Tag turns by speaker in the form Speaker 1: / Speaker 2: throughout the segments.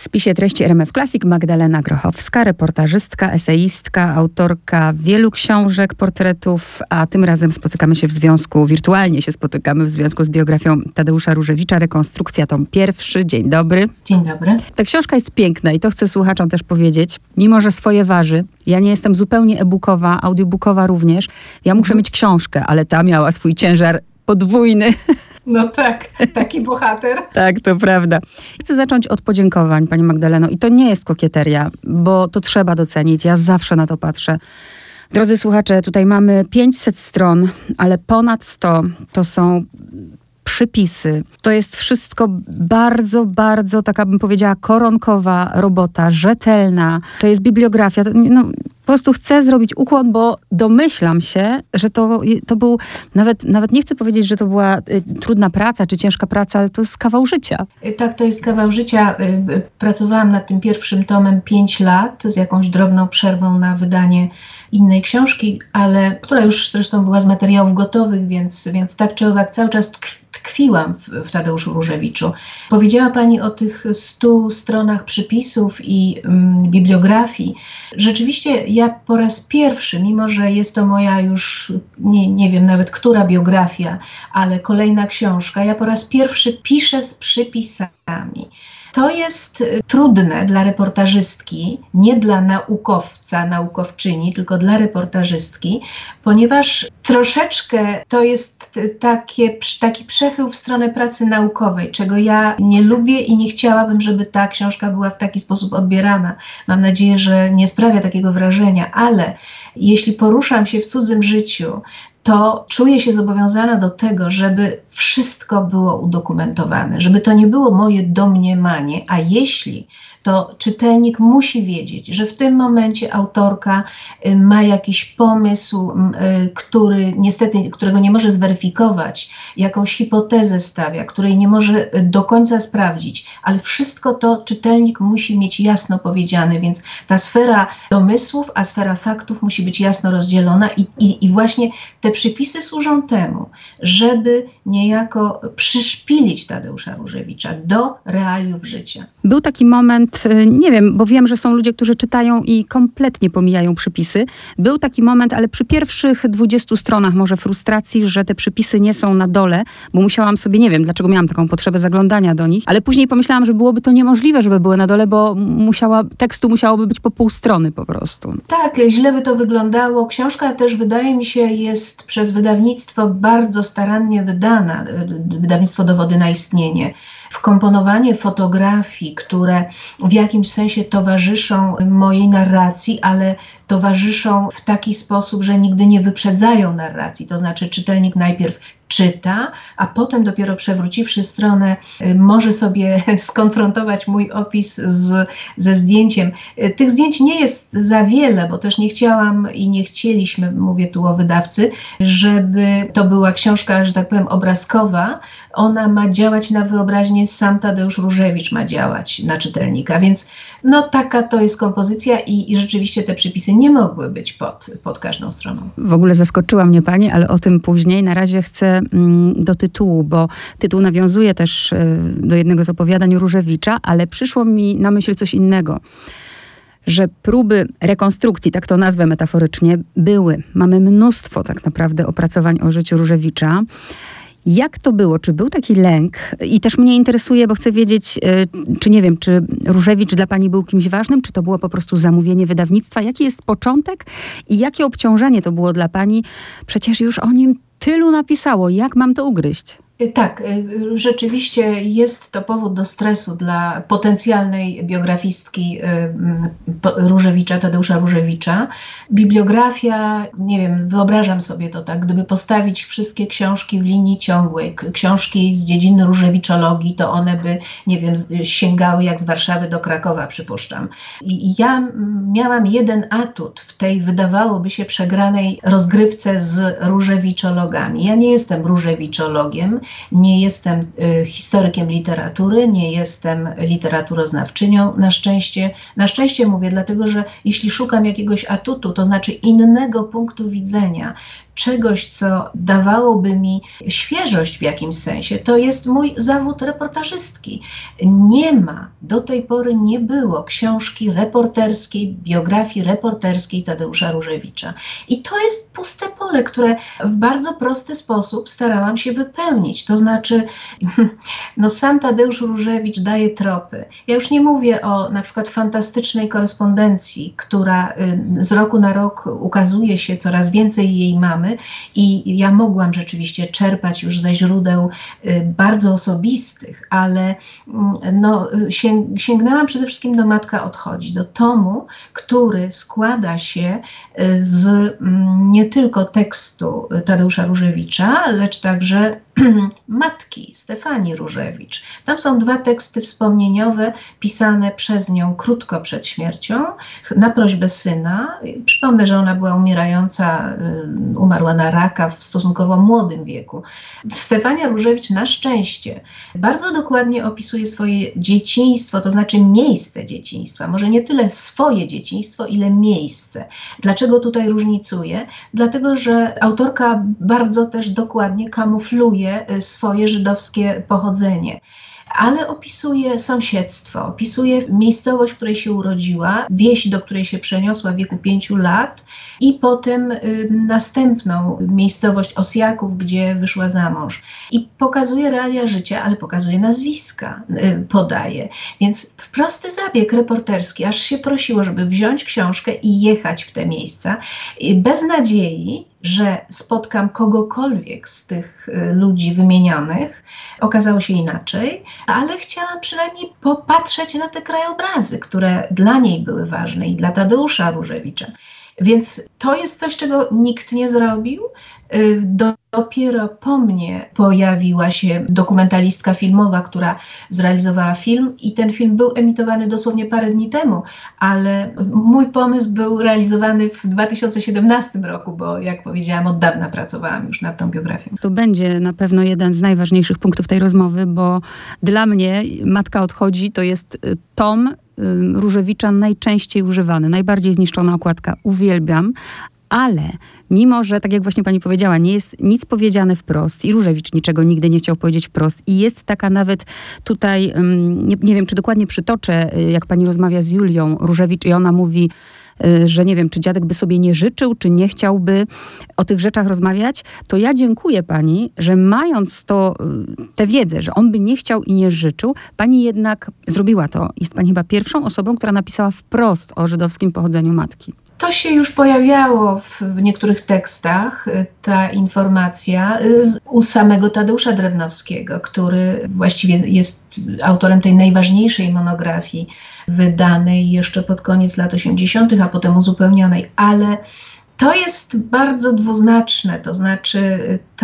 Speaker 1: spisie treści RMF Classic Magdalena Grochowska, reportażystka, eseistka, autorka wielu książek, portretów, a tym razem wirtualnie się spotykamy w związku z biografią Tadeusza Różewicza. Rekonstrukcja, tom 1. Dzień dobry.
Speaker 2: Dzień dobry.
Speaker 1: Ta książka jest piękna i to chcę słuchaczom też powiedzieć, mimo że swoje waży. Ja nie jestem zupełnie e-bookowa, audiobookowa również. Ja muszę mieć książkę, ale ta miała swój ciężar podwójny.
Speaker 2: No tak, taki bohater.
Speaker 1: Tak, to prawda. Chcę zacząć od podziękowań, pani Magdaleno. I to nie jest kokieteria, bo to trzeba docenić. Ja zawsze na to patrzę. Drodzy słuchacze, tutaj mamy 500 stron, ale ponad 100 to są przypisy. To jest wszystko bardzo, bardzo, taka bym powiedziała, koronkowa robota, rzetelna. To jest bibliografia. Po prostu chcę zrobić ukłon, bo domyślam się, że to był, nawet nie chcę powiedzieć, że to była trudna praca, czy ciężka praca, ale to jest kawał życia.
Speaker 2: Tak, to jest kawał życia. Pracowałam nad tym pierwszym tomem 5 lat, z jakąś drobną przerwą na wydanie innej książki, ale która już zresztą była z materiałów gotowych, więc tak czy owak cały czas tkwiłam w Tadeuszu Różewiczu. Powiedziała pani o tych 100 stronach przypisów i bibliografii. Rzeczywiście ja po raz pierwszy, mimo że jest to moja już, nie wiem nawet która biografia, ale kolejna książka, ja po raz pierwszy piszę z przypisami. To jest trudne dla reportażystki, nie dla naukowca, naukowczyni, tylko dla reportażystki, ponieważ troszeczkę to jest taki przechył w stronę pracy naukowej, czego ja nie lubię i nie chciałabym, żeby ta książka była w taki sposób odbierana. Mam nadzieję, że nie sprawia takiego wrażenia, ale jeśli poruszam się w cudzym życiu, to czuję się zobowiązana do tego, żeby wszystko było udokumentowane, żeby to nie było moje domniemanie, a jeśli, to czytelnik musi wiedzieć, że w tym momencie autorka ma jakiś pomysł, którego nie może zweryfikować, jakąś hipotezę stawia, której nie może do końca sprawdzić, ale wszystko to czytelnik musi mieć jasno powiedziane, więc ta sfera domysłów, a sfera faktów musi być jasno rozdzielona i właśnie te przypisy służą temu, żeby niejako przyszpilić Tadeusza Różewicza do realiów życia.
Speaker 1: Był taki moment, nie wiem, bo wiem, że są ludzie, którzy czytają i kompletnie pomijają przypisy. Był taki moment, ale przy pierwszych 20 stronach może frustracji, że te przypisy nie są na dole, bo musiałam sobie, nie wiem, dlaczego miałam taką potrzebę zaglądania do nich, ale później pomyślałam, że byłoby to niemożliwe, żeby były na dole, bo tekstu musiałoby być po pół strony po prostu.
Speaker 2: Tak, źle by to wyglądało. Książka też, wydaje mi się, jest przez wydawnictwo bardzo starannie wydana, wydawnictwo Dowody na istnienie. Wkomponowanie fotografii, które w jakimś sensie towarzyszą mojej narracji, ale towarzyszą w taki sposób, że nigdy nie wyprzedzają narracji. To znaczy czytelnik najpierw czyta, a potem dopiero przewróciwszy stronę może sobie skonfrontować mój opis ze zdjęciem. Tych zdjęć nie jest za wiele, bo też nie chciałam i nie chcieliśmy, mówię tu o wydawcy, żeby to była książka, że tak powiem, obrazkowa. Ona ma działać na wyobraźnię, sam Tadeusz Różewicz ma działać na czytelnika, więc taka to jest kompozycja i rzeczywiście te przypisy nie mogły być pod każdą stroną.
Speaker 1: W ogóle zaskoczyła mnie pani, ale o tym później. Na razie chcę do tytułu, bo tytuł nawiązuje też do jednego z opowiadań Różewicza, ale przyszło mi na myśl coś innego. Że próby rekonstrukcji, tak to nazwę metaforycznie, były. Mamy mnóstwo tak naprawdę opracowań o życiu Różewicza. Jak to było? Czy był taki lęk? I też mnie interesuje, bo chcę wiedzieć, czy Różewicz dla pani był kimś ważnym, czy to było po prostu zamówienie wydawnictwa? Jaki jest początek i jakie obciążenie to było dla pani? Przecież już o nim tylu napisało. Jak mam to ugryźć?
Speaker 2: Tak, rzeczywiście jest to powód do stresu dla potencjalnej biografistki Różewicza, Tadeusza Różewicza. Bibliografia, nie wiem, wyobrażam sobie to tak, gdyby postawić wszystkie książki w linii ciągłej, książki z dziedziny różewiczologii, to one by, nie wiem, sięgały jak z Warszawy do Krakowa, przypuszczam. I ja miałam jeden atut w tej, wydawałoby się, przegranej rozgrywce z różewiczologami. Ja nie jestem różewiczologiem, Nie jestem historykiem literatury, nie jestem literaturoznawczynią, na szczęście mówię, dlatego że jeśli szukam jakiegoś atutu, to znaczy innego punktu widzenia, czegoś, co dawałoby mi świeżość w jakimś sensie, to jest mój zawód reportażystki. Do tej pory nie było książki reporterskiej, biografii reporterskiej Tadeusza Różewicza. I to jest puste pole, które w bardzo prosty sposób starałam się wypełnić. To znaczy, sam Tadeusz Różewicz daje tropy. Ja już nie mówię o na przykład fantastycznej korespondencji, która z roku na rok ukazuje się, coraz więcej jej mamy i ja mogłam rzeczywiście czerpać już ze źródeł bardzo osobistych, ale sięgnęłam przede wszystkim do Matka odchodzi, do tomu, który składa się z nie tylko tekstu Tadeusza Różewicza, lecz także matki Stefanii Różewicz. Tam są 2 teksty wspomnieniowe pisane przez nią krótko przed śmiercią, na prośbę syna. Przypomnę, że ona była umierająca, umarła na raka w stosunkowo młodym wieku. Stefania Różewicz na szczęście bardzo dokładnie opisuje swoje dzieciństwo, to znaczy miejsce dzieciństwa. Może nie tyle swoje dzieciństwo, ile miejsce. Dlaczego tutaj różnicuję? Dlatego, że autorka bardzo też dokładnie kamufluje swoje żydowskie pochodzenie. Ale opisuje sąsiedztwo, opisuje miejscowość, w której się urodziła, wieś, do której się przeniosła w wieku 5 lat i potem następną miejscowość Osjaków, gdzie wyszła za mąż. I pokazuje realia życia, ale pokazuje nazwiska, podaje. Więc prosty zabieg reporterski, aż się prosiło, żeby wziąć książkę i jechać w te miejsca, bez nadziei, że spotkam kogokolwiek z tych ludzi wymienionych. Okazało się inaczej, ale chciałam przynajmniej popatrzeć na te krajobrazy, które dla niej były ważne i dla Tadeusza Różewicza. Więc to jest coś, czego nikt nie zrobił. Dopiero po mnie pojawiła się dokumentalistka filmowa, która zrealizowała film i ten film był emitowany dosłownie parę dni temu, ale mój pomysł był realizowany w 2017 roku, bo jak powiedziałam, od dawna pracowałam już nad tą biografią.
Speaker 1: To będzie na pewno jeden z najważniejszych punktów tej rozmowy, bo dla mnie Matka odchodzi to jest tom Różewicza najczęściej używany, najbardziej zniszczona okładka. Uwielbiam. Ale mimo, że tak jak właśnie pani powiedziała, nie jest nic powiedziane wprost i Różewicz niczego nigdy nie chciał powiedzieć wprost i jest taka nawet tutaj, nie wiem, czy dokładnie przytoczę, jak pani rozmawia z Julią Różewicz i ona mówi, że nie wiem, czy dziadek by sobie nie życzył, czy nie chciałby o tych rzeczach rozmawiać, to ja dziękuję pani, że mając tę wiedzę, że on by nie chciał i nie życzył, pani jednak zrobiła to. Jest pani chyba pierwszą osobą, która napisała wprost o żydowskim pochodzeniu matki.
Speaker 2: To się już pojawiało w niektórych tekstach, ta informacja u samego Tadeusza Drewnowskiego, który właściwie jest autorem tej najważniejszej monografii wydanej jeszcze pod koniec lat 80., a potem uzupełnionej, ale to jest bardzo dwuznaczne, to znaczy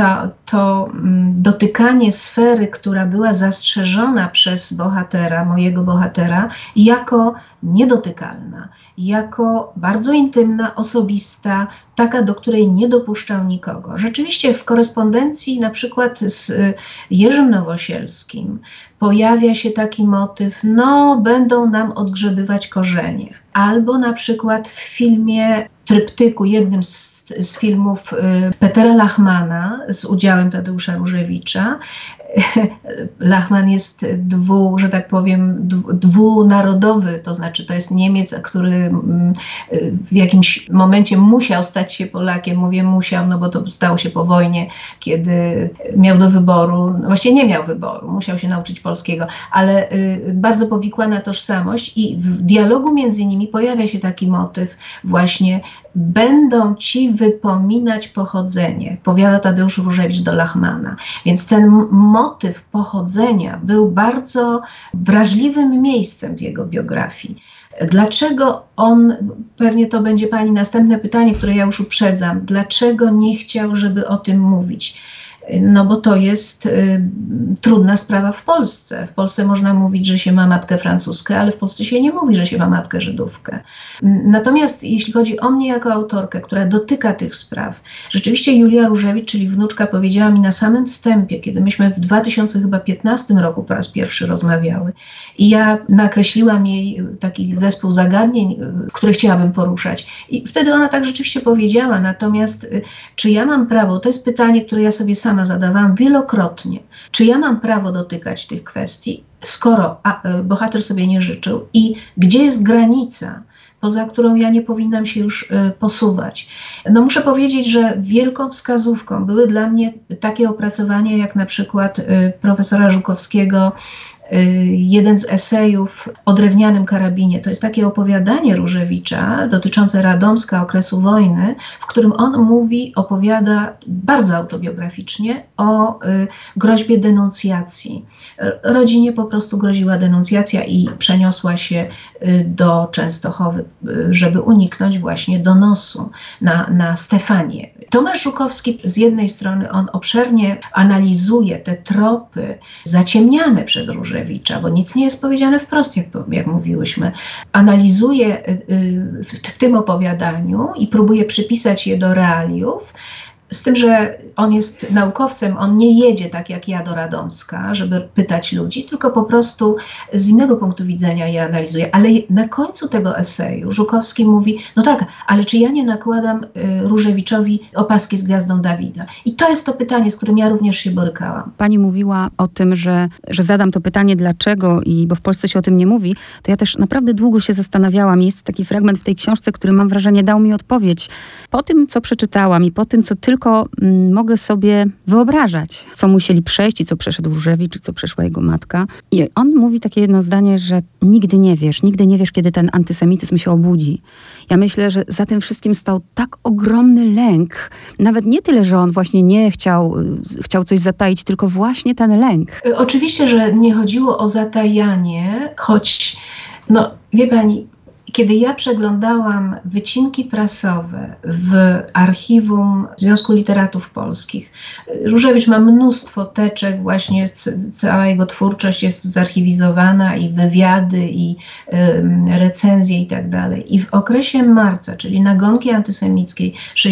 Speaker 2: to dotykanie sfery, która była zastrzeżona przez mojego bohatera, jako niedotykalna, jako bardzo intymna, osobista, taka, do której nie dopuszczał nikogo. Rzeczywiście w korespondencji na przykład z Jerzym Nowosielskim pojawia się taki motyw, będą nam odgrzebywać korzenie. Albo na przykład w filmie Tryptyku, jednym z filmów Petera Lachmana z udziałem Tadeusza Różewicza. Lachman jest dwunarodowy, to znaczy to jest Niemiec, który w jakimś momencie musiał stać się Polakiem. Mówię musiał, bo to stało się po wojnie, kiedy miał do wyboru, właściwie nie miał wyboru, musiał się nauczyć polskiego, ale bardzo powikłana tożsamość i w dialogu między nimi pojawia się taki motyw właśnie: będą ci wypominać pochodzenie, powiada Tadeusz Różewicz do Lachmana. Więc ten motyw pochodzenia był bardzo wrażliwym miejscem w jego biografii. Dlaczego on, pewnie to będzie pani następne pytanie, które ja już uprzedzam, dlaczego nie chciał, żeby o tym mówić? no bo to jest trudna sprawa w Polsce. W Polsce można mówić, że się ma matkę francuskę, ale w Polsce się nie mówi, że się ma matkę Żydówkę. Natomiast jeśli chodzi o mnie jako autorkę, która dotyka tych spraw, rzeczywiście Julia Różewicz, czyli wnuczka, powiedziała mi na samym wstępie, kiedy myśmy w 2015 roku po raz pierwszy rozmawiały i ja nakreśliłam jej taki zespół zagadnień, które chciałabym poruszać. I wtedy ona tak rzeczywiście powiedziała, natomiast czy ja mam prawo, to jest pytanie, które ja sobie sama zadawałam wielokrotnie, czy ja mam prawo dotykać tych kwestii, skoro bohater sobie nie życzył i gdzie jest granica, poza którą ja nie powinnam się już posuwać. No muszę powiedzieć, że wielką wskazówką były dla mnie takie opracowania jak na przykład profesora Żukowskiego, jeden z esejów o drewnianym karabinie. To jest takie opowiadanie Różewicza dotyczące Radomska, okresu wojny, w którym on opowiada bardzo autobiograficznie o groźbie denuncjacji. Rodzinie po prostu groziła denuncjacja i przeniosła się do Częstochowy, żeby uniknąć właśnie donosu na Stefanię. Tomasz Żukowski z jednej strony on obszernie analizuje te tropy zaciemniane przez Różewicza, bo nic nie jest powiedziane wprost, jak mówiłyśmy. Analizuje w tym opowiadaniu i próbuje przypisać je do realiów, z tym, że on jest naukowcem, on nie jedzie tak jak ja do Radomska, żeby pytać ludzi, tylko po prostu z innego punktu widzenia je analizuje. Ale na końcu tego eseju Żukowski mówi, no tak, ale czy ja nie nakładam Różewiczowi opaski z gwiazdą Dawida? I to jest to pytanie, z którym ja również się borykałam.
Speaker 1: Pani mówiła o tym, że zadam to pytanie dlaczego, bo w Polsce się o tym nie mówi, to ja też naprawdę długo się zastanawiałam. Jest taki fragment w tej książce, który mam wrażenie dał mi odpowiedź. Po tym, co przeczytałam i po tym, co tylko mogę sobie wyobrażać, co musieli przejść i co przeszedł Różewicz i co przeszła jego matka. I on mówi takie jedno zdanie, że nigdy nie wiesz, kiedy ten antysemityzm się obudzi. Ja myślę, że za tym wszystkim stał tak ogromny lęk. Nawet nie tyle, że on właśnie nie chciał coś zataić, tylko właśnie ten lęk.
Speaker 2: Oczywiście, że nie chodziło o zatajanie, choć, no wie pani, kiedy ja przeglądałam wycinki prasowe w archiwum Związku Literatów Polskich, Różewicz ma mnóstwo teczek, właśnie cała jego twórczość jest zarchiwizowana i wywiady, i recenzje i tak dalej. I w okresie marca, czyli nagonki antysemickiej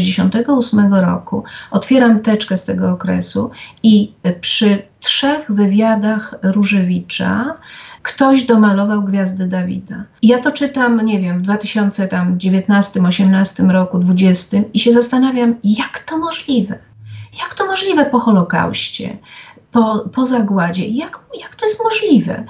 Speaker 2: 1968 roku, otwieram teczkę z tego okresu i przy 3 wywiadach Różewicza ktoś domalował gwiazdę Dawida. I ja to czytam, nie wiem, w 2019, 18 roku, 20 i się zastanawiam, jak to możliwe? Jak to możliwe po Holokauście, po zagładzie? Jak to jest możliwe,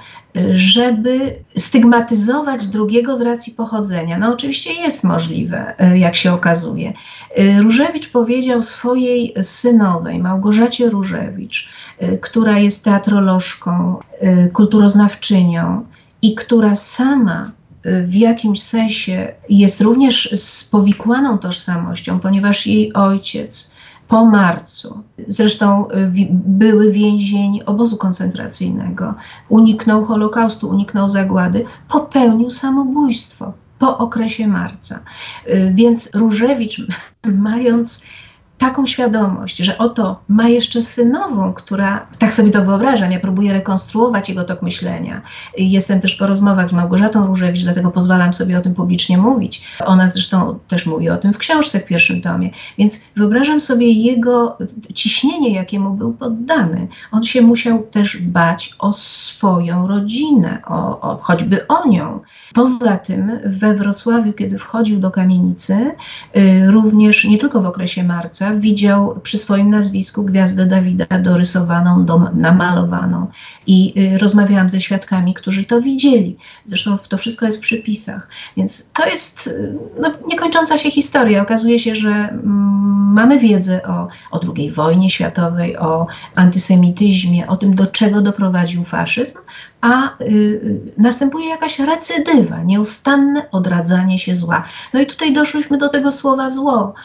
Speaker 2: żeby stygmatyzować drugiego z racji pochodzenia? No oczywiście jest możliwe, jak się okazuje. Różewicz powiedział swojej synowej, Małgorzacie Różewicz, która jest teatrolożką, kulturoznawczynią i która sama w jakimś sensie jest również spowikłaną tożsamością, ponieważ jej ojciec po marcu, zresztą były więzień obozu koncentracyjnego, uniknął Holokaustu, uniknął zagłady, popełnił samobójstwo po okresie marca. Więc Różewicz, mając taką świadomość, że oto ma jeszcze synową, która, tak sobie to wyobrażam, ja próbuję rekonstruować jego tok myślenia. Jestem też po rozmowach z Małgorzatą Różewicz, dlatego pozwalam sobie o tym publicznie mówić. Ona zresztą też mówi o tym w książce w pierwszym tomie. Więc wyobrażam sobie jego ciśnienie, jakiemu był poddany. On się musiał też bać o swoją rodzinę, choćby o nią. Poza tym we Wrocławiu, kiedy wchodził do kamienicy, również nie tylko w okresie marca, widział przy swoim nazwisku gwiazdę Dawida dorysowaną, namalowaną i rozmawiałam ze świadkami, którzy to widzieli. Zresztą to wszystko jest w przypisach. Więc to jest niekończąca się historia. Okazuje się, że mamy wiedzę o II wojnie światowej, o antysemityzmie, o tym, do czego doprowadził faszyzm, a następuje jakaś recydywa, nieustanne odradzanie się zła. No i tutaj doszłyśmy do tego słowa zło.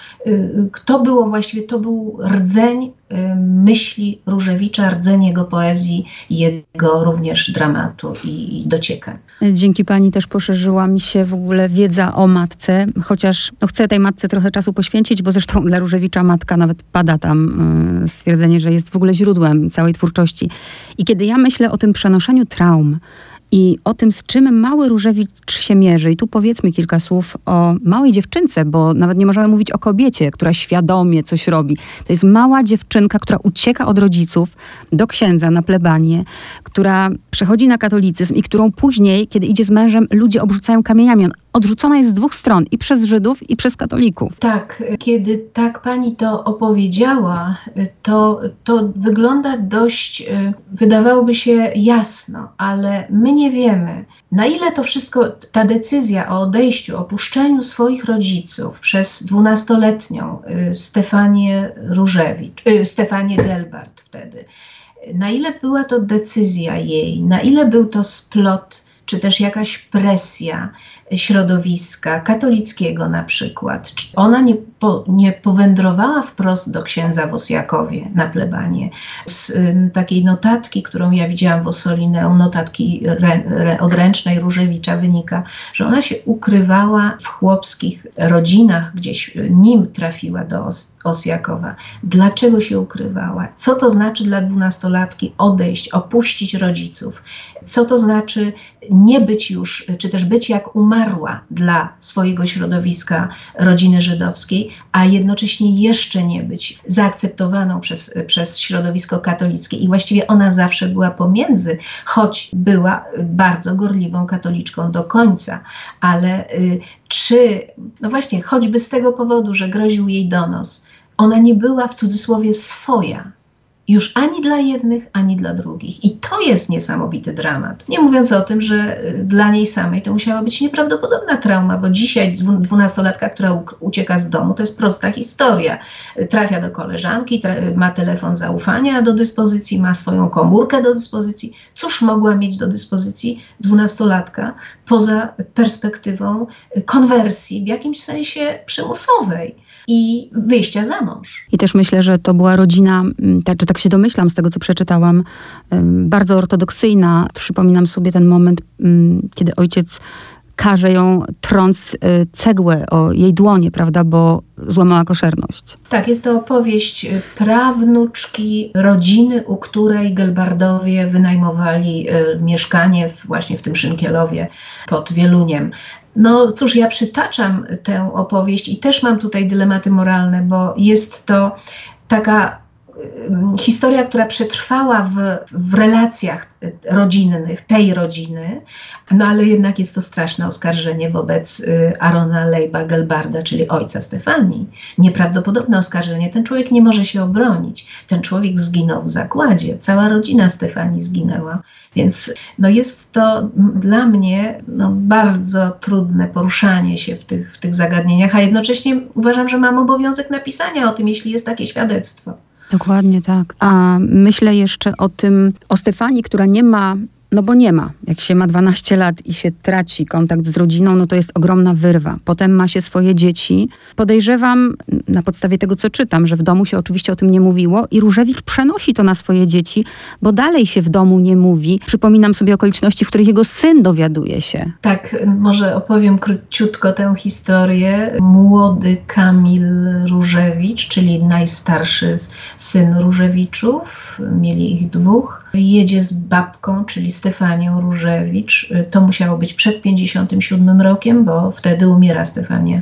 Speaker 2: To był rdzeń myśli Różewicza, rdzeń jego poezji, jego również dramatu i dociekań.
Speaker 1: Dzięki pani też poszerzyła mi się w ogóle wiedza o matce, chociaż chcę tej matce trochę czasu poświęcić, bo zresztą dla Różewicza matka nawet pada tam stwierdzenie, że jest w ogóle źródłem całej twórczości. I kiedy ja myślę o tym przenoszeniu traum i o tym, z czym mały Różewicz się mierzy. I tu powiedzmy kilka słów o małej dziewczynce, bo nawet nie możemy mówić o kobiecie, która świadomie coś robi. To jest mała dziewczynka, która ucieka od rodziców do księdza na plebanię, która przechodzi na katolicyzm i którą później, kiedy idzie z mężem, ludzie obrzucają kamieniami. Odrzucona jest z dwóch stron, i przez Żydów, i przez katolików.
Speaker 2: Tak, kiedy tak pani to opowiedziała, to wygląda dość, wydawałoby się jasno, ale my nie wiemy, na ile to wszystko, ta decyzja o odejściu, opuszczeniu swoich rodziców przez 12-letnią Stefanię Różewicz, Stefanię Gelbart wtedy, na ile była to decyzja jej, na ile był to splot, czy też jakaś presja środowiska katolickiego na przykład. Ona nie powędrowała wprost do księdza w Osjakowie na plebanię. Z takiej notatki, którą ja widziałam w Ossolineum, notatki odręcznej Różewicza, wynika, że ona się ukrywała w chłopskich rodzinach, gdzieś nim trafiła do Osjakowa. Dlaczego się ukrywała? Co to znaczy dla 12-latki odejść, opuścić rodziców? Co to znaczy nie być już, czy też być jak umarła dla swojego środowiska rodziny żydowskiej, a jednocześnie jeszcze nie być zaakceptowaną przez środowisko katolickie. I właściwie ona zawsze była pomiędzy, choć była bardzo gorliwą katoliczką do końca. Ale no właśnie, choćby z tego powodu, że groził jej donos, ona nie była w cudzysłowie swoja. Już ani dla jednych, ani dla drugich. I to jest niesamowity dramat. Nie mówiąc o tym, że dla niej samej to musiała być nieprawdopodobna trauma, bo dzisiaj 12-latka, która ucieka z domu, to jest prosta historia. Trafia do koleżanki, ma telefon zaufania do dyspozycji, ma swoją komórkę do dyspozycji. Cóż mogła mieć do dyspozycji 12-latka poza perspektywą konwersji, w jakimś sensie przymusowej i wyjścia za mąż.
Speaker 1: I też myślę, że to była rodzina, czy tak się domyślam z tego, co przeczytałam, bardzo ortodoksyjna. Przypominam sobie ten moment, kiedy ojciec karze ją, trąc cegłę o jej dłonie, prawda, bo złamała koszerność.
Speaker 2: Tak, jest to opowieść prawnuczki rodziny, u której Gelbardowie wynajmowali mieszkanie właśnie w tym Szynkielowie pod Wieluniem. No cóż, ja przytaczam tę opowieść i też mam tutaj dylematy moralne, bo jest to taka historia, która przetrwała w relacjach rodzinnych, tej rodziny, no ale jednak jest to straszne oskarżenie wobec Arona Leiba Gelbarda, czyli ojca Stefanii. Nieprawdopodobne oskarżenie. Ten człowiek nie może się obronić. Ten człowiek zginął w zakładzie. Cała rodzina Stefanii zginęła. Więc no jest to dla mnie bardzo trudne poruszanie się w tych zagadnieniach, a jednocześnie uważam, że mam obowiązek napisania o tym, jeśli jest takie świadectwo.
Speaker 1: Dokładnie tak. A myślę jeszcze o Stefanii, która nie ma, bo nie ma. Jak się ma 12 lat i się traci kontakt z rodziną, no to jest ogromna wyrwa. Potem ma się swoje dzieci. Podejrzewam, na podstawie tego, co czytam, że w domu się oczywiście o tym nie mówiło i Różewicz przenosi to na swoje dzieci, bo dalej się w domu nie mówi. Przypominam sobie okoliczności, w których jego syn dowiaduje się.
Speaker 2: Tak, może opowiem króciutko tę historię. Młody Kamil Różewicz, czyli najstarszy syn Różewiczów, mieli ich dwóch, jedzie z babką, czyli Stefanią Różewicz. To musiało być przed 57 rokiem, bo wtedy umiera Stefania.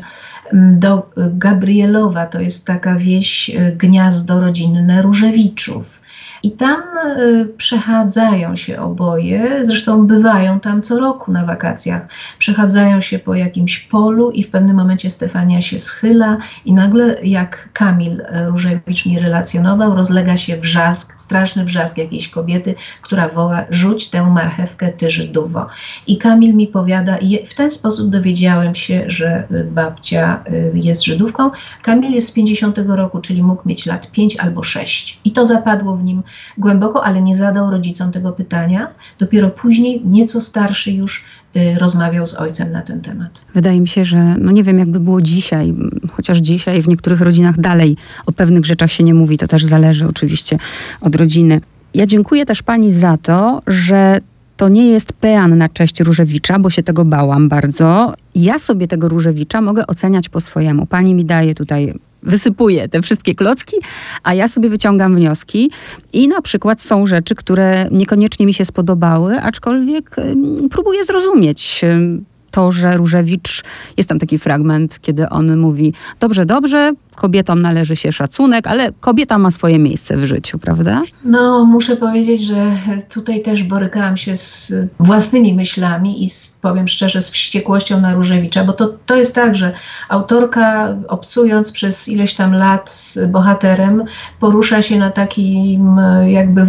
Speaker 2: Do Gabrielowa, to jest taka wieś, gniazdo rodzinne Różewiczów. I tam przechadzają się oboje, zresztą bywają tam co roku na wakacjach. Przechadzają się po jakimś polu i w pewnym momencie Stefania się schyla i nagle, jak Kamil Różewicz mi relacjonował, rozlega się wrzask, straszny wrzask jakiejś kobiety, która woła: rzuć tę marchewkę, ty Żydowo. I Kamil mi powiada, i w ten sposób dowiedziałem się, że babcia jest Żydówką. Kamil jest z 50 roku, czyli mógł mieć lat 5 albo 6. I to zapadło w nim głęboko, ale nie zadał rodzicom tego pytania. Dopiero później, nieco starszy już, rozmawiał z ojcem na ten temat.
Speaker 1: Wydaje mi się, że nie wiem, jakby było dzisiaj, chociaż dzisiaj w niektórych rodzinach dalej o pewnych rzeczach się nie mówi. To też zależy oczywiście od rodziny. Ja dziękuję też pani za to, że to nie jest pean na cześć Różewicza, bo się tego bałam bardzo. Ja sobie tego Różewicza mogę oceniać po swojemu. Pani mi daje tutaj, wysypuje te wszystkie klocki, a ja sobie wyciągam wnioski i na przykład są rzeczy, które niekoniecznie mi się spodobały, aczkolwiek próbuję zrozumieć to, że Różewicz, jest tam taki fragment, kiedy on mówi, dobrze, kobietom należy się szacunek, ale kobieta ma swoje miejsce w życiu, prawda?
Speaker 2: No, muszę powiedzieć, że tutaj też borykałam się z własnymi myślami i powiem szczerze, z wściekłością na Różewicza, bo to jest tak, że autorka, obcując przez ileś tam lat z bohaterem, porusza się na takim jakby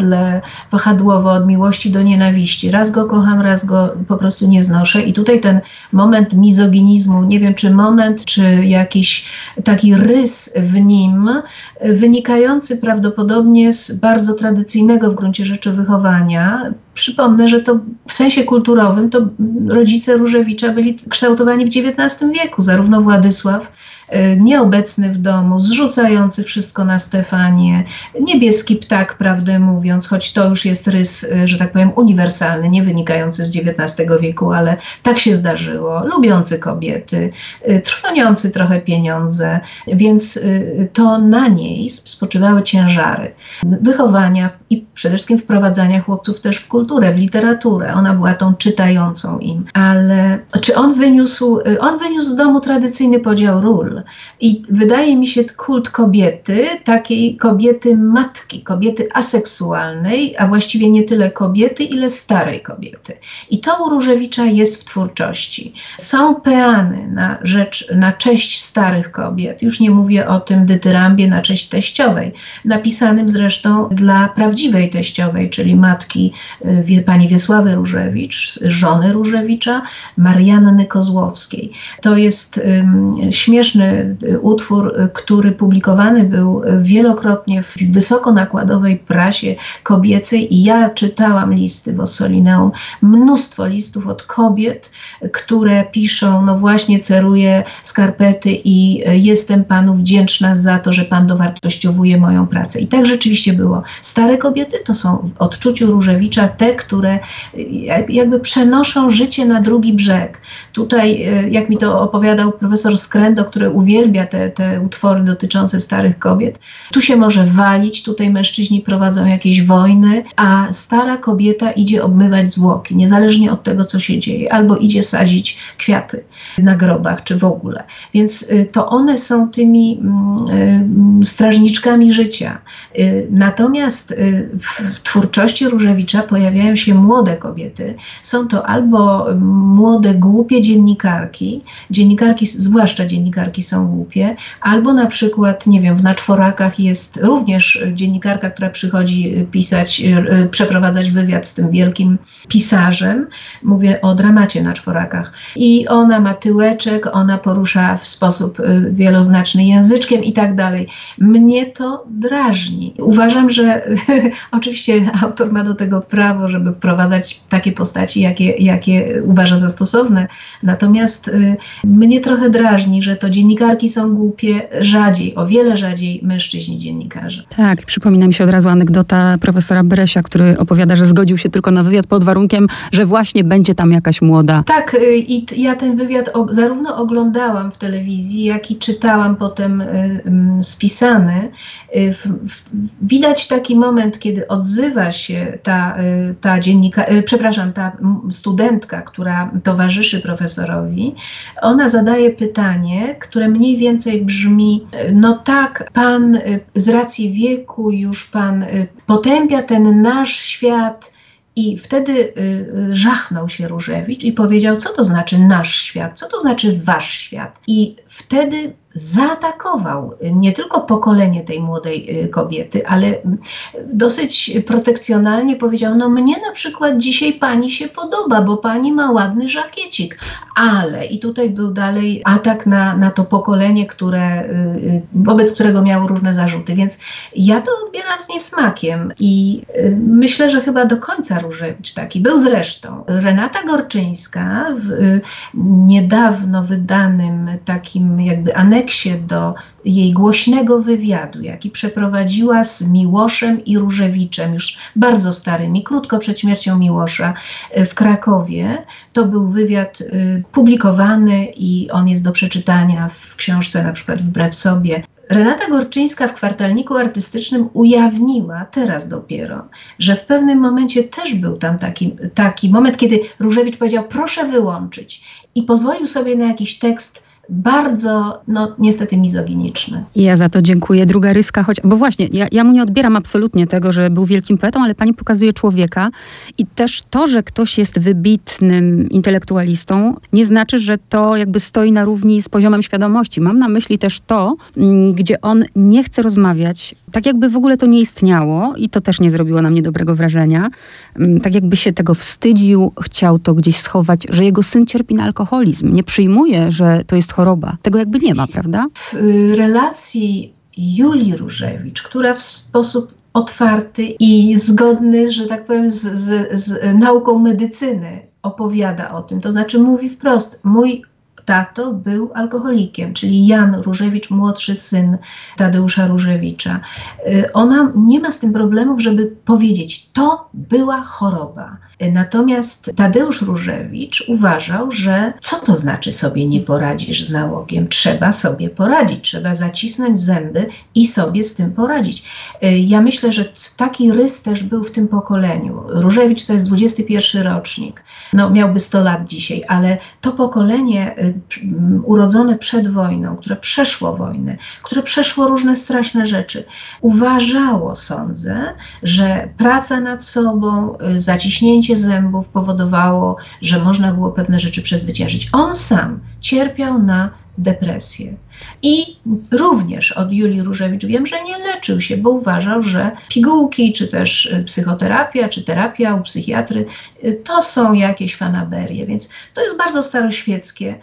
Speaker 2: wahadłowo od miłości do nienawiści. Raz go kocham, raz go po prostu nie znoszę i tutaj ten moment mizoginizmu, nie wiem czy moment, czy jakiś taki rys w nim, wynikający prawdopodobnie z bardzo tradycyjnego w gruncie rzeczy wychowania. Przypomnę, że to w sensie kulturowym to rodzice Różewicza byli kształtowani w XIX wieku, zarówno Władysław, nieobecny w domu, zrzucający wszystko na Stefanię, niebieski ptak, prawdę mówiąc, choć to już jest rys, że tak powiem, uniwersalny, nie wynikający z XIX wieku, ale tak się zdarzyło, lubiący kobiety, trwoniący trochę pieniądze, więc to na niej spoczywały ciężary wychowania i przede wszystkim wprowadzania chłopców też w kulturę, w literaturę. Ona była tą czytającą im. Ale czy on wyniósł z domu tradycyjny podział ról? I wydaje mi się kult kobiety, takiej kobiety matki, kobiety aseksualnej, a właściwie nie tyle kobiety, ile starej kobiety. I to u Różewicza jest w twórczości. Są peany na cześć starych kobiet. Już nie mówię o tym dytyrambie na cześć teściowej, napisanym zresztą dla prawdziwej teściowej, czyli matki pani Wiesławy Różewicz, żony Różewicza, Marianny Kozłowskiej. To jest śmieszny utwór, który publikowany był wielokrotnie w wysoko nakładowej prasie kobiecej i ja czytałam listy w Ossolineum, mnóstwo listów od kobiet, które piszą, no właśnie ceruję skarpety i jestem panu wdzięczna za to, że pan dowartościowuje moją pracę. I tak rzeczywiście było. Stare kobiety to są w odczuciu Różewicza te, które jakby przenoszą życie na drugi brzeg. Tutaj, jak mi to opowiadał profesor Skrendo, który uwielbia te utwory dotyczące starych kobiet, tu się może walić, tutaj mężczyźni prowadzą jakieś wojny, a stara kobieta idzie obmywać zwłoki, niezależnie od tego, co się dzieje, albo idzie sadzić kwiaty na grobach, czy w ogóle. Więc to one są tymi strażniczkami życia. Natomiast w twórczości Różewicza pojawiają się młode kobiety. Są to albo młode, głupie dziennikarki, zwłaszcza dziennikarki są głupie, albo na przykład, nie wiem, w Na czworakach jest również dziennikarka, która przychodzi przeprowadzać wywiad z tym wielkim pisarzem. Mówię o dramacie Na czworakach. I ona ma tyłeczek, ona porusza w sposób wieloznaczny języczkiem i tak dalej. Mnie to drażni. Uważam, że oczywiście autor ma do tego prawo, żeby wprowadzać takie postaci, jakie uważa za stosowne. Natomiast mnie trochę drażni, że to dziennikarki są głupie, o wiele rzadziej mężczyźni dziennikarze.
Speaker 1: Tak, przypomina mi się od razu anegdota profesora Beresia, który opowiada, że zgodził się tylko na wywiad pod warunkiem, że właśnie będzie tam jakaś młoda.
Speaker 2: Tak, i ja ten wywiad zarówno oglądałam w telewizji, jak i czytałam potem spisany. Widać taki moment, kiedy odzywa się ta studentka, która towarzyszy profesorowi. Ona zadaje pytanie, które mniej więcej brzmi, no tak, pan z racji wieku już pan potępia ten nasz świat. I wtedy żachnął się Różewicz i powiedział, co to znaczy nasz świat, co to znaczy wasz świat. I wtedy zaatakował nie tylko pokolenie tej młodej kobiety, ale dosyć protekcjonalnie powiedział, no mnie na przykład dzisiaj pani się podoba, bo pani ma ładny żakiecik, ale i tutaj był dalej atak na to pokolenie, wobec którego miało różne zarzuty, więc ja to odbieram z niesmakiem i myślę, że chyba do końca Różewicz taki był. Zresztą Renata Gorczyńska w niedawno wydanym takim jakby aneksie aneksie do jej głośnego wywiadu, jaki przeprowadziła z Miłoszem i Różewiczem, już bardzo starymi, krótko przed śmiercią Miłosza w Krakowie. To był wywiad publikowany i on jest do przeczytania w książce na przykład Wbrew sobie. Renata Gorczyńska w Kwartalniku Artystycznym ujawniła teraz dopiero, że w pewnym momencie też był tam taki moment, kiedy Różewicz powiedział: proszę wyłączyć, i pozwolił sobie na jakiś tekst bardzo, niestety mizoginiczny.
Speaker 1: I ja za to dziękuję. Druga ryska, bo właśnie, ja mu nie odbieram absolutnie tego, że był wielkim poetą, ale pani pokazuje człowieka i też to, że ktoś jest wybitnym intelektualistą, nie znaczy, że to jakby stoi na równi z poziomem świadomości. Mam na myśli też to, gdzie on nie chce rozmawiać, tak jakby w ogóle to nie istniało i to też nie zrobiło na mnie dobrego wrażenia. Tak jakby się tego wstydził, chciał to gdzieś schować, że jego syn cierpi na alkoholizm. Nie przyjmuje, że to jest choroba. Tego jakby nie ma, prawda?
Speaker 2: W relacji Julii Różewicz, która w sposób otwarty i zgodny, że tak powiem, z nauką medycyny opowiada o tym, to znaczy mówi wprost: mój tato był alkoholikiem, czyli Jan Różewicz, młodszy syn Tadeusza Różewicza. Ona nie ma z tym problemów, żeby powiedzieć: to była choroba. Natomiast Tadeusz Różewicz uważał, że co to znaczy sobie nie poradzisz z nałogiem? Trzeba sobie poradzić, trzeba zacisnąć zęby i sobie z tym poradzić. Ja myślę, że taki rys też był w tym pokoleniu. Różewicz to jest 21 rocznik, miałby 100 lat dzisiaj, ale to pokolenie urodzone przed wojną, które przeszło wojnę, które przeszło różne straszne rzeczy, uważało, sądzę, że praca nad sobą, zaciśnięcie zębów powodowało, że można było pewne rzeczy przezwyciężyć. On sam cierpiał na depresję. I również od Julii Różewicz wiem, że nie leczył się, bo uważał, że pigułki, czy też psychoterapia, czy terapia u psychiatry, to są jakieś fanaberie, więc to jest bardzo staroświeckie.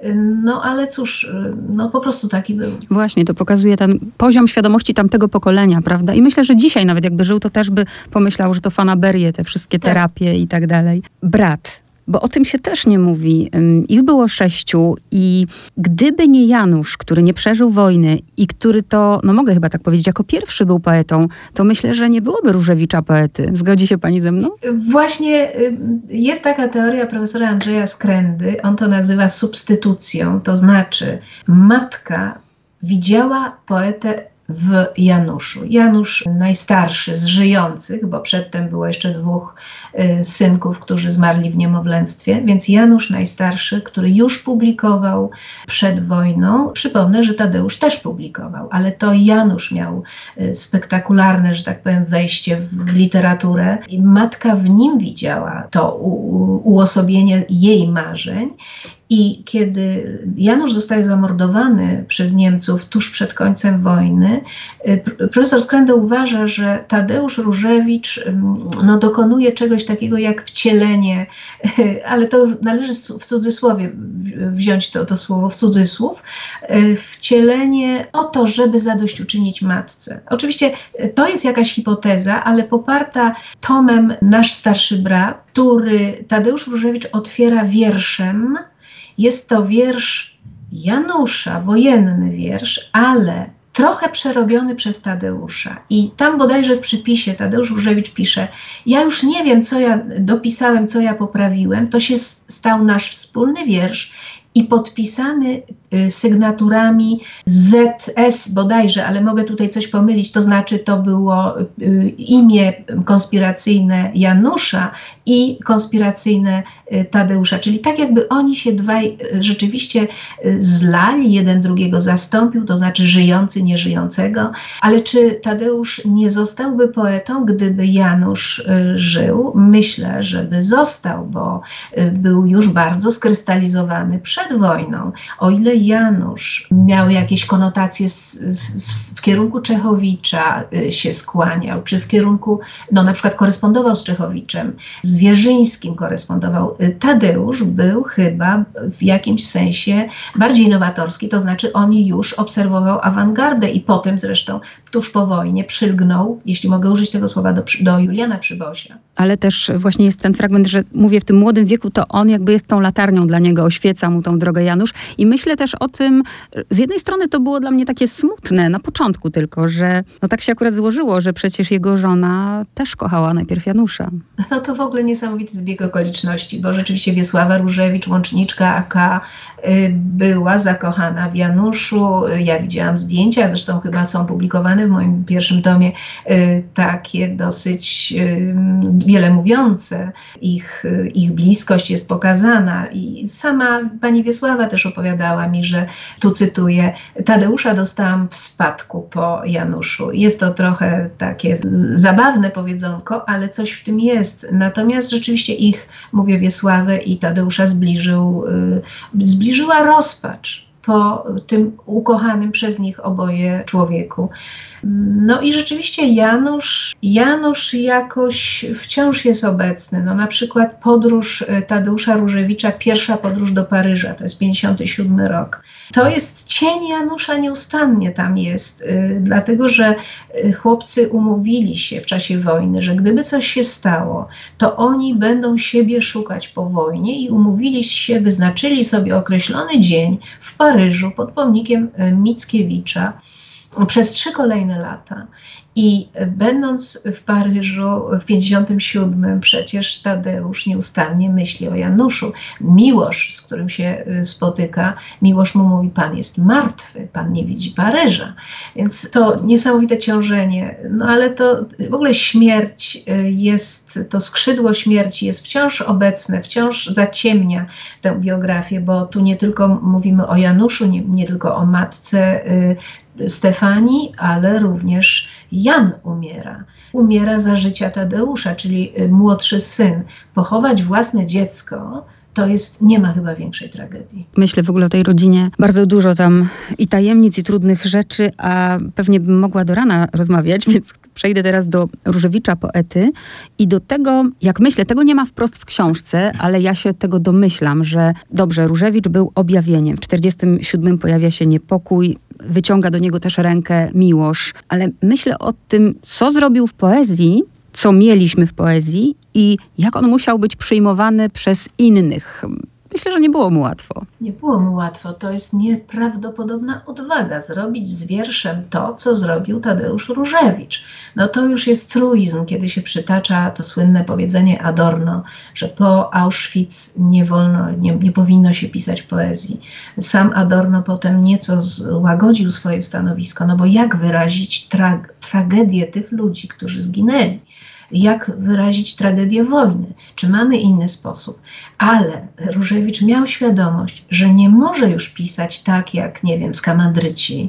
Speaker 2: Ale cóż, po prostu taki był.
Speaker 1: Właśnie, to pokazuje ten poziom świadomości tamtego pokolenia, prawda? I myślę, że dzisiaj nawet jakby żył, to też by pomyślał, że to fanaberie, te wszystkie terapie i tak dalej. Brat. Bo o tym się też nie mówi. Ich było 6 i gdyby nie Janusz, który nie przeżył wojny i który to, mogę chyba tak powiedzieć, jako pierwszy był poetą, to myślę, że nie byłoby Różewicza poety. Zgodzi się pani ze mną?
Speaker 2: Właśnie jest taka teoria profesora Andrzeja Skrędy, on to nazywa substytucją, to znaczy matka widziała poetę w Januszu. Janusz najstarszy z żyjących, bo przedtem było jeszcze 2 synków, którzy zmarli w niemowlęctwie, więc Janusz najstarszy, który już publikował przed wojną. Przypomnę, że Tadeusz też publikował, ale to Janusz miał spektakularne, że tak powiem, wejście w literaturę i matka w nim widziała to uosobienie jej marzeń. I kiedy Janusz zostaje zamordowany przez Niemców tuż przed końcem wojny, profesor Skrenda uważa, że Tadeusz Różewicz dokonuje czegoś takiego jak wcielenie, ale to należy w cudzysłowie wziąć to słowo w cudzysłów, wcielenie o to, żeby zadośćuczynić matce. Oczywiście to jest jakaś hipoteza, ale poparta tomem Nasz starszy brat, który Tadeusz Różewicz otwiera wierszem. Jest to wiersz Janusza, wojenny wiersz, ale trochę przerobiony przez Tadeusza. I tam bodajże w przypisie Tadeusz Różewicz pisze: ja już nie wiem, co ja dopisałem, co ja poprawiłem. To się stał nasz wspólny wiersz i podpisany sygnaturami ZS bodajże, ale mogę tutaj coś pomylić, to znaczy to było imię konspiracyjne Janusza i konspiracyjne Tadeusza, czyli tak jakby oni się dwaj rzeczywiście zlali, jeden drugiego zastąpił, to znaczy żyjący nieżyjącego, ale czy Tadeusz nie zostałby poetą, gdyby Janusz żył? Myślę, że by został, bo był już bardzo skrystalizowany przed wojną. O ile Janusz miał jakieś konotacje w kierunku Czechowicza się skłaniał, czy w kierunku, na przykład korespondował z Czechowiczem, z Wierzyńskim korespondował. Tadeusz był chyba w jakimś sensie bardziej nowatorski, to znaczy on już obserwował awangardę i potem zresztą tuż po wojnie przylgnął, jeśli mogę użyć tego słowa, do Juliana Przybosia.
Speaker 1: Ale też właśnie jest ten fragment, że mówię, w tym młodym wieku to on jakby jest tą latarnią dla niego, oświeca mu tą tą drogę Janusz. I myślę też o tym, z jednej strony to było dla mnie takie smutne, na początku tylko, że no tak się akurat złożyło, że przecież jego żona też kochała najpierw Janusza.
Speaker 2: No to w ogóle niesamowity zbieg okoliczności, bo rzeczywiście Wiesława Różewicz, łączniczka AK, była zakochana w Januszu. Ja widziałam zdjęcia, zresztą chyba są publikowane w moim pierwszym tomie, takie dosyć wiele mówiące. Ich bliskość jest pokazana i sama pani Wiesława też opowiadała mi, że, tu cytuję, Tadeusza dostałam w spadku po Januszu. Jest to trochę takie zabawne powiedzonko, ale coś w tym jest. Natomiast rzeczywiście ich, mówię, Wiesławę i Tadeusza zbliżyła rozpacz po tym ukochanym przez nich oboje człowieku. No i rzeczywiście Janusz jakoś wciąż jest obecny. No na przykład podróż Tadeusza Różewicza, pierwsza podróż do Paryża, to jest 57 rok. To jest cień Janusza, nieustannie tam jest, dlatego że chłopcy umówili się w czasie wojny, że gdyby coś się stało, to oni będą siebie szukać po wojnie i umówili się, wyznaczyli sobie określony dzień w Paryżu pod pomnikiem Mickiewicza przez 3 kolejne lata. I będąc w Paryżu w 57, przecież Tadeusz nieustannie myśli o Januszu. Miłosz, z którym się spotyka, Miłosz mu mówi, pan jest martwy, pan nie widzi Paryża. Więc to niesamowite ciążenie, no ale to w ogóle śmierć jest, to skrzydło śmierci jest wciąż obecne, wciąż zaciemnia tę biografię, bo tu nie tylko mówimy o Januszu, nie tylko o matce Stefanii, ale również Jan umiera. Umiera za życia Tadeusza, czyli młodszy syn. Pochować własne dziecko to nie ma chyba większej tragedii.
Speaker 1: Myślę w ogóle o tej rodzinie. Bardzo dużo tam i tajemnic, i trudnych rzeczy, a pewnie bym mogła do rana rozmawiać, więc przejdę teraz do Różewicza, poety i do tego, jak myślę, tego nie ma wprost w książce, ale ja się tego domyślam, że dobrze, Różewicz był objawieniem. W 47 pojawia się niepokój, wyciąga do niego też rękę Miłosz, ale myślę o tym, co zrobił w poezji, co mieliśmy w poezji i jak on musiał być przyjmowany przez innych. Myślę, że nie było mu łatwo.
Speaker 2: Nie było mu łatwo. To jest nieprawdopodobna odwaga zrobić z wierszem to, co zrobił Tadeusz Różewicz. No to już jest truizm, kiedy się przytacza to słynne powiedzenie Adorno, że po Auschwitz nie powinno się pisać poezji. Sam Adorno potem nieco złagodził swoje stanowisko, no bo jak wyrazić tragedię tych ludzi, którzy zginęli? Jak wyrazić tragedię wojny? Czy mamy inny sposób? Ale Różewicz miał świadomość, że nie może już pisać tak jak, nie wiem, Skamandryci,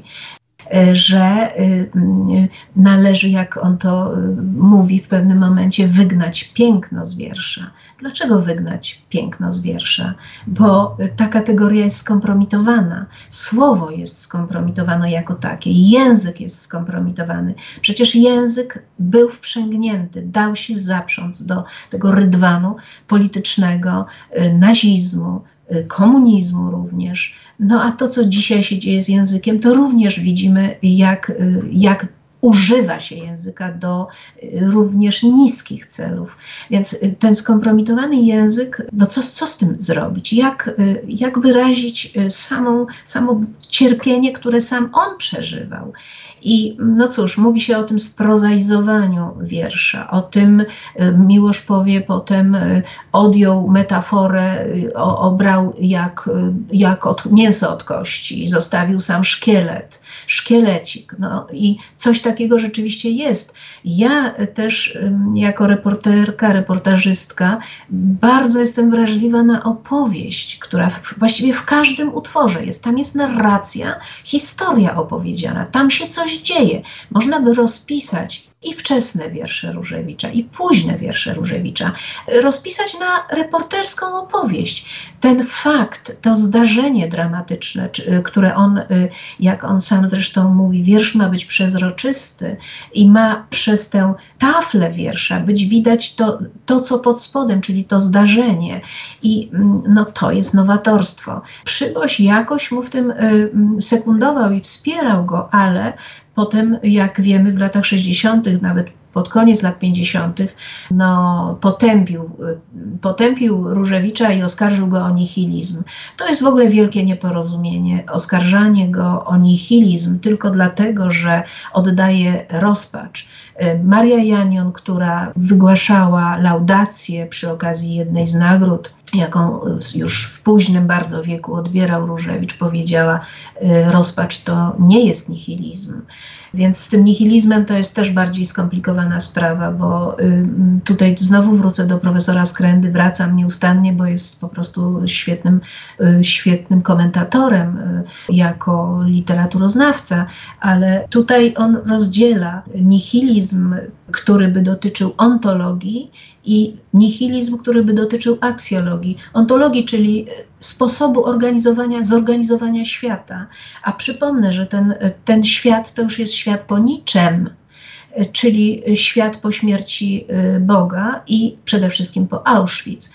Speaker 2: że należy, jak on to mówi w pewnym momencie, wygnać piękno z wiersza. Dlaczego wygnać piękno z wiersza? Bo ta kategoria jest skompromitowana. Słowo jest skompromitowane jako takie. Język jest skompromitowany. Przecież język był wprzęgnięty, dał się zaprząc do tego rydwanu politycznego, nazizmu, komunizmu również. No a to, co dzisiaj się dzieje z językiem, to również widzimy, jak używa się języka do również niskich celów. Więc ten skompromitowany język, no co z tym zrobić? Jak wyrazić samo cierpienie, które sam on przeżywał? I no cóż, mówi się o tym sprozaizowaniu wiersza, o tym Miłosz powie potem, odjął metaforę, obrał jak mięso od kości, zostawił sam szkielecik. No i coś takiego rzeczywiście jest. Ja też jako reporterka, reportażystka bardzo jestem wrażliwa na opowieść, która właściwie w każdym utworze jest. Tam jest narracja, historia opowiedziana, tam się coś dzieje. Można by rozpisać i wczesne wiersze Różewicza, i późne wiersze Różewicza, rozpisać na reporterską opowieść. Ten fakt, to zdarzenie dramatyczne, które on, jak on sam zresztą mówi, wiersz ma być przezroczysty i ma przez tę taflę wiersza być widać to co pod spodem, czyli to zdarzenie. I no, to jest nowatorstwo. Przyboś jakoś mu w tym sekundował i wspierał go, ale potem, jak wiemy, w latach 60., nawet pod koniec lat 50. Potępił Różewicza i oskarżył go o nihilizm. To jest w ogóle wielkie nieporozumienie. Oskarżanie go o nihilizm tylko dlatego, że oddaje rozpacz. Maria Janion, która wygłaszała laudację przy okazji jednej z nagród, jaką już w późnym bardzo wieku odbierał Różewicz, powiedziała: rozpacz to nie jest nihilizm. Więc z tym nihilizmem to jest też bardziej skomplikowana sprawa, bo tutaj znowu wrócę do profesora Skrędy, wracam nieustannie, bo jest po prostu świetnym komentatorem jako literaturoznawca, ale tutaj on rozdziela nihilizm, który by dotyczył ontologii, i nihilizm, który by dotyczył aksjologii. Ontologii, czyli sposobu zorganizowania świata. A przypomnę, że ten świat to już jest świat po niczym, czyli świat po śmierci Boga i przede wszystkim po Auschwitz.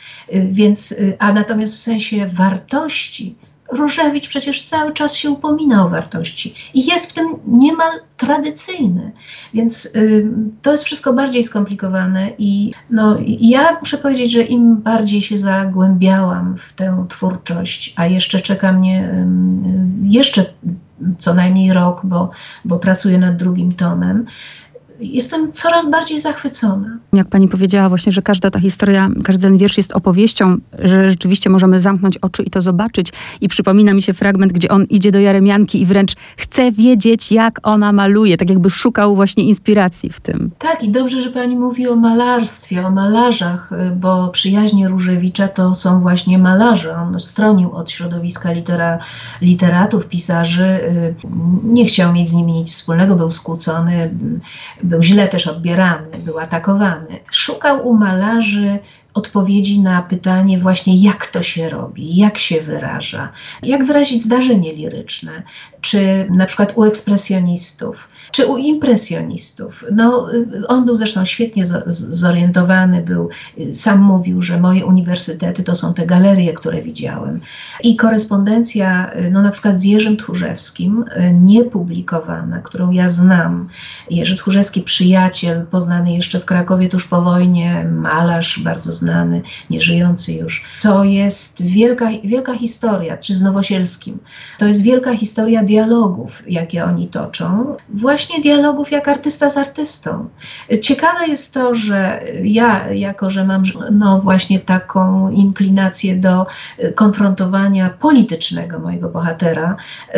Speaker 2: A natomiast w sensie wartości, Różewicz przecież cały czas się upomina o wartości i jest w tym niemal tradycyjny. Więc to jest wszystko bardziej skomplikowane i ja muszę powiedzieć, że im bardziej się zagłębiałam w tę twórczość, a jeszcze czeka mnie jeszcze co najmniej rok, bo pracuję nad drugim tomem, jestem coraz bardziej zachwycona.
Speaker 1: Jak pani powiedziała właśnie, że każda ta historia, każdy ten wiersz jest opowieścią, że rzeczywiście możemy zamknąć oczy i to zobaczyć. I przypomina mi się fragment, gdzie on idzie do Jeremianki i wręcz chce wiedzieć, jak ona maluje. Tak jakby szukał właśnie inspiracji w tym.
Speaker 2: Tak, i dobrze, że pani mówi o malarstwie, o malarzach, bo przyjaźnie Różewicza to są właśnie malarze. On stronił od środowiska literatów, pisarzy. Nie chciał mieć z nimi nic wspólnego, był skłócony, był źle też odbierany, był atakowany. Szukał u malarzy odpowiedzi na pytanie właśnie, jak to się robi, jak się wyraża, jak wyrazić zdarzenie liryczne, czy na przykład u ekspresjonistów, czy u impresjonistów. On był zresztą świetnie zorientowany, sam mówił, że moje uniwersytety to są te galerie, które widziałem. I korespondencja, na przykład z Jerzym Tchórzewskim, niepublikowana, którą ja znam. Jerzy Tchórzewski, przyjaciel, poznany jeszcze w Krakowie tuż po wojnie, malarz bardzo znany, nieżyjący już. To jest wielka historia, czy z Nowosielskim. To jest wielka historia dialogów, jakie oni toczą. Właśnie dialogów jak artysta z artystą. Ciekawe jest to, że ja, jako że mam właśnie taką inklinację do konfrontowania politycznego mojego bohatera,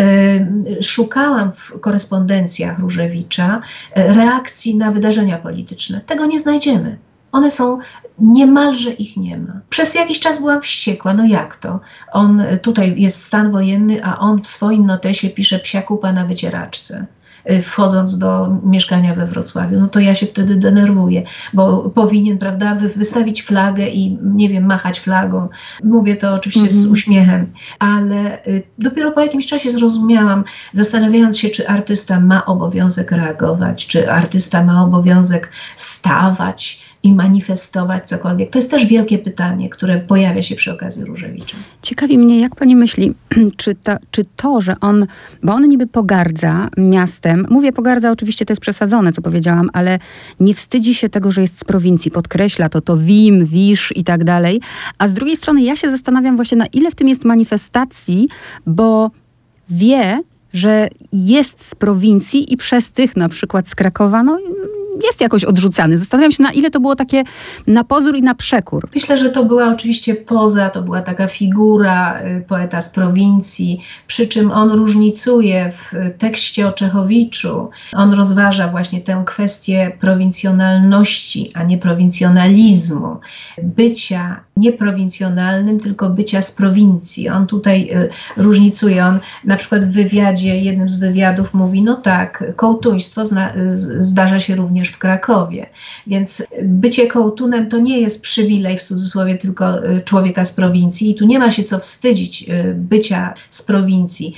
Speaker 2: szukałam w korespondencjach Różewicza reakcji na wydarzenia polityczne. Tego nie znajdziemy. One są, niemalże ich nie ma. Przez jakiś czas byłam wściekła, jak to? Tutaj jest stan wojenny, a on w swoim notesie pisze psia kupa na wycieraczce, wchodząc do mieszkania we Wrocławiu. To ja się wtedy denerwuję, bo powinien, prawda, wystawić flagę i, nie wiem, machać flagą. Mówię to oczywiście z uśmiechem, ale dopiero po jakimś czasie zrozumiałam, zastanawiając się, czy artysta ma obowiązek reagować, czy artysta ma obowiązek stawać i manifestować cokolwiek. To jest też wielkie pytanie, które pojawia się przy okazji Różewicza.
Speaker 1: Ciekawi mnie, jak pani myśli, czy to, że bo on niby pogardza miastem, mówię pogardza, oczywiście to jest przesadzone, co powiedziałam, ale nie wstydzi się tego, że jest z prowincji, podkreśla to Wim, Wisz i tak dalej, a z drugiej strony ja się zastanawiam właśnie, na ile w tym jest manifestacji, bo wie, że jest z prowincji i przez tych na przykład z Krakowa, jest jakoś odrzucany. Zastanawiam się, na ile to było takie na pozór i na przekór.
Speaker 2: Myślę, że to była oczywiście poza, to była taka figura, poeta z prowincji, przy czym on różnicuje w tekście o Czechowiczu. On rozważa właśnie tę kwestię prowincjonalności, a nie prowincjonalizmu. Bycia nie prowincjonalnym, tylko bycia z prowincji. On tutaj różnicuje. On na przykład w wywiadzie, jednym z wywiadów mówi, kołtuństwo zdarza się również w Krakowie. Więc bycie kołtunem to nie jest przywilej, w cudzysłowie, tylko człowieka z prowincji i tu nie ma się co wstydzić bycia z prowincji.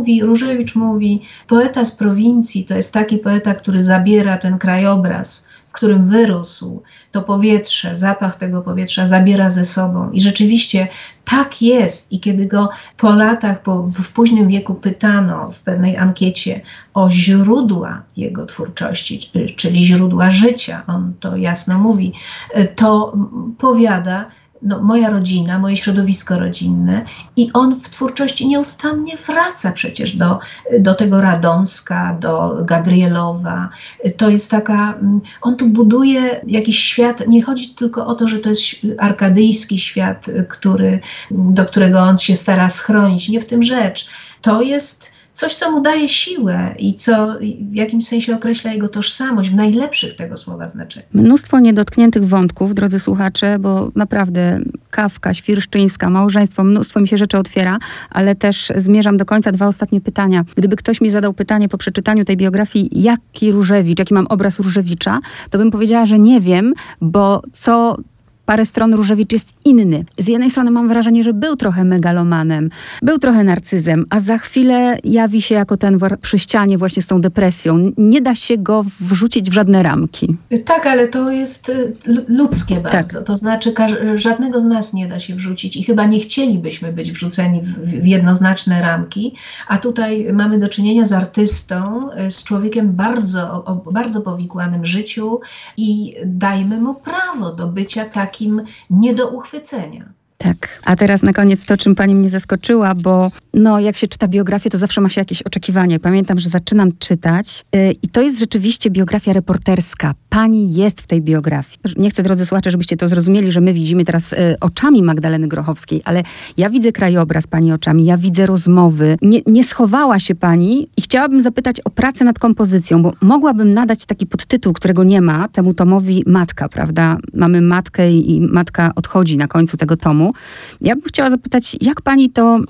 Speaker 2: Różewicz mówi, poeta z prowincji to jest taki poeta, który zabiera ten krajobraz, którym wyrósł, to powietrze, zapach tego powietrza zabiera ze sobą. I rzeczywiście tak jest. I kiedy go po latach, w późnym wieku pytano w pewnej ankiecie o źródła jego twórczości, czyli źródła życia, on to jasno mówi, to powiada, moja rodzina, moje środowisko rodzinne, i on w twórczości nieustannie wraca przecież do tego Radomska, do Gabrielowa. To jest taka, on tu buduje jakiś świat, nie chodzi tylko o to, że to jest arkadyjski świat, do którego on się stara schronić, nie w tym rzecz. To jest coś, co mu daje siłę i co w jakimś sensie określa jego tożsamość w najlepszych tego słowa znaczeniu.
Speaker 1: Mnóstwo niedotkniętych wątków, drodzy słuchacze, bo naprawdę Kafka, Świerszczyńska, małżeństwo, mnóstwo mi się rzeczy otwiera, ale też zmierzam do końca. 2 ostatnie pytania. Gdyby ktoś mi zadał pytanie po przeczytaniu tej biografii, jaki mam obraz Różewicza, to bym powiedziała, że nie wiem, bo parę stron Różewicz jest inny. Z jednej strony mam wrażenie, że był trochę megalomanem, był trochę narcyzem, a za chwilę jawi się jako ten przy ścianie właśnie z tą depresją. Nie da się go wrzucić w żadne ramki.
Speaker 2: Tak, ale to jest ludzkie bardzo.
Speaker 1: Tak.
Speaker 2: To znaczy żadnego z nas nie da się wrzucić i chyba nie chcielibyśmy być wrzuceni w jednoznaczne ramki, a tutaj mamy do czynienia z artystą, z człowiekiem o bardzo powikłanym życiu i dajmy mu prawo do bycia takim nie do uchwycenia.
Speaker 1: Tak. A teraz na koniec to, czym pani mnie zaskoczyła, bo jak się czyta biografię, to zawsze ma się jakieś oczekiwanie. Pamiętam, że zaczynam czytać i to jest rzeczywiście biografia reporterska. Pani jest w tej biografii. Nie chcę, drodzy słuchacze, żebyście to zrozumieli, że my widzimy teraz oczami Magdaleny Grochowskiej, ale ja widzę krajobraz pani oczami, ja widzę rozmowy. Nie schowała się pani i chciałabym zapytać o pracę nad kompozycją, bo mogłabym nadać taki podtytuł, którego nie ma, temu tomowi Matka, prawda? Mamy matkę i matka odchodzi na końcu tego tomu. Ja bym chciała zapytać, jak pani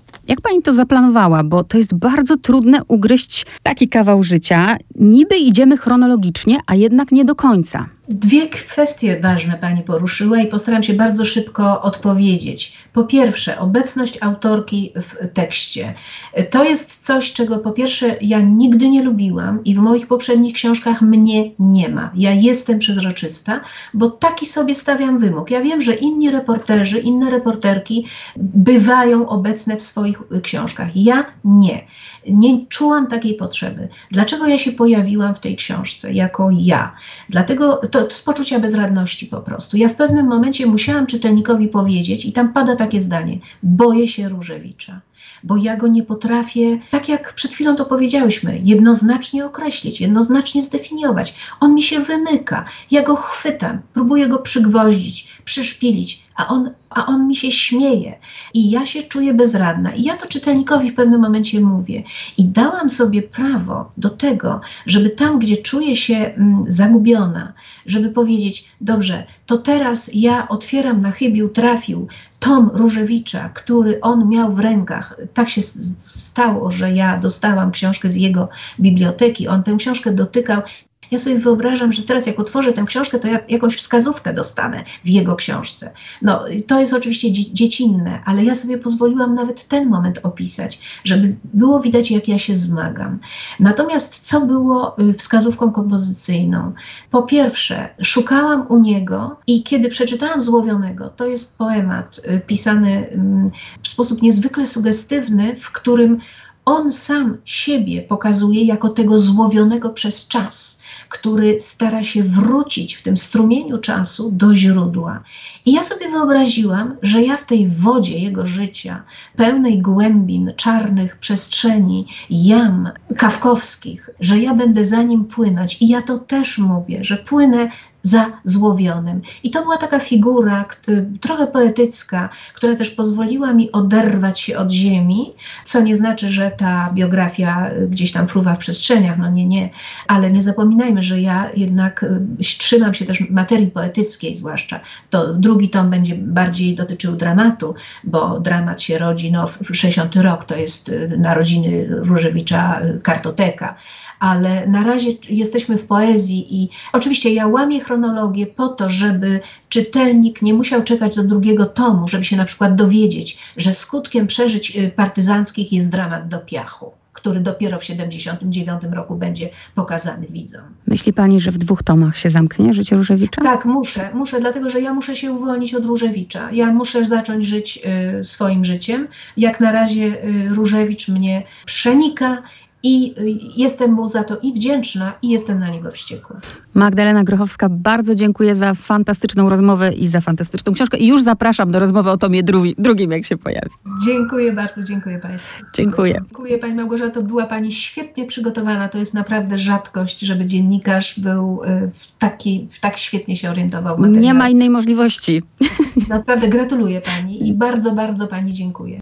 Speaker 1: to zaplanowała, bo to jest bardzo trudne ugryźć taki kawał życia. Niby idziemy chronologicznie, a jednak nie do końca.
Speaker 2: 2 kwestie ważne pani poruszyła i postaram się bardzo szybko odpowiedzieć. Po pierwsze, obecność autorki w tekście. To jest coś, czego po pierwsze ja nigdy nie lubiłam i w moich poprzednich książkach mnie nie ma. Ja jestem przezroczysta, bo taki sobie stawiam wymóg. Ja wiem, że inni reporterzy, inne reporterki bywają obecne w swoich książkach. Ja nie. Nie czułam takiej potrzeby. Dlaczego ja się pojawiłam w tej książce jako ja? Dlatego to z poczucia bezradności po prostu. Ja w pewnym momencie musiałam czytelnikowi powiedzieć, i tam pada takie zdanie: boję się Różewicza, bo ja go nie potrafię, tak jak przed chwilą to powiedziałyśmy, jednoznacznie określić, jednoznacznie zdefiniować. On mi się wymyka, ja go chwytam, próbuję go przygwoździć, przyszpilić, a on mi się śmieje i ja się czuję bezradna. I ja to czytelnikowi w pewnym momencie mówię. I dałam sobie prawo do tego, żeby tam, gdzie czuję się zagubiona, żeby powiedzieć: dobrze, to teraz ja otwieram na chybił trafił tom Różewicza, który on miał w rękach. Tak się stało, że ja dostałam książkę z jego biblioteki. On tę książkę dotykał. Ja sobie wyobrażam, że teraz jak otworzę tę książkę, to ja jakąś wskazówkę dostanę w jego książce. To jest oczywiście dziecinne, ale ja sobie pozwoliłam nawet ten moment opisać, żeby było widać, jak ja się zmagam. Natomiast co było wskazówką kompozycyjną? Po pierwsze, szukałam u niego i kiedy przeczytałam Złowionego, to jest poemat pisany w sposób niezwykle sugestywny, w którym on sam siebie pokazuje jako tego złowionego przez czas, który stara się wrócić w tym strumieniu czasu do źródła. I ja sobie wyobraziłam, że ja w tej wodzie jego życia, pełnej głębin, czarnych przestrzeni, jam kafkowskich, że ja będę za nim płynąć. I ja to też mówię, że płynę za Złowionym. I to była taka figura trochę poetycka, która też pozwoliła mi oderwać się od ziemi, co nie znaczy, że ta biografia gdzieś tam fruwa w przestrzeniach, nie, ale nie zapominajmy, że ja jednak trzymam się też materii poetyckiej zwłaszcza. To 2 tom będzie bardziej dotyczył dramatu, bo dramat się rodzi, 60 rok to jest narodziny Różewicza, kartoteka, ale na razie jesteśmy w poezji i oczywiście ja łamię chronologię po to, żeby czytelnik nie musiał czekać do 2 tomu, żeby się na przykład dowiedzieć, że skutkiem przeżyć partyzanckich jest dramat do piachu, który dopiero w 1979 roku będzie pokazany widzom.
Speaker 1: Myśli pani, że w 2 tomach się zamknie życie Różewicza?
Speaker 2: Tak, muszę, dlatego że ja muszę się uwolnić od Różewicza. Ja muszę zacząć żyć swoim życiem. Jak na razie Różewicz mnie przenika i jestem mu za to i wdzięczna, i jestem na niego wściekła.
Speaker 1: Magdalena Grochowska, bardzo dziękuję za fantastyczną rozmowę i za fantastyczną książkę. I już zapraszam do rozmowy o tomie drugim, jak się pojawi.
Speaker 2: Dziękuję bardzo, dziękuję Państwu.
Speaker 1: Dziękuję.
Speaker 2: Dziękuję Pani Małgorzato, była Pani świetnie przygotowana. To jest naprawdę rzadkość, żeby dziennikarz był tak świetnie się orientował w materiale.
Speaker 1: Nie ma innej możliwości.
Speaker 2: Naprawdę gratuluję Pani i bardzo, bardzo Pani dziękuję.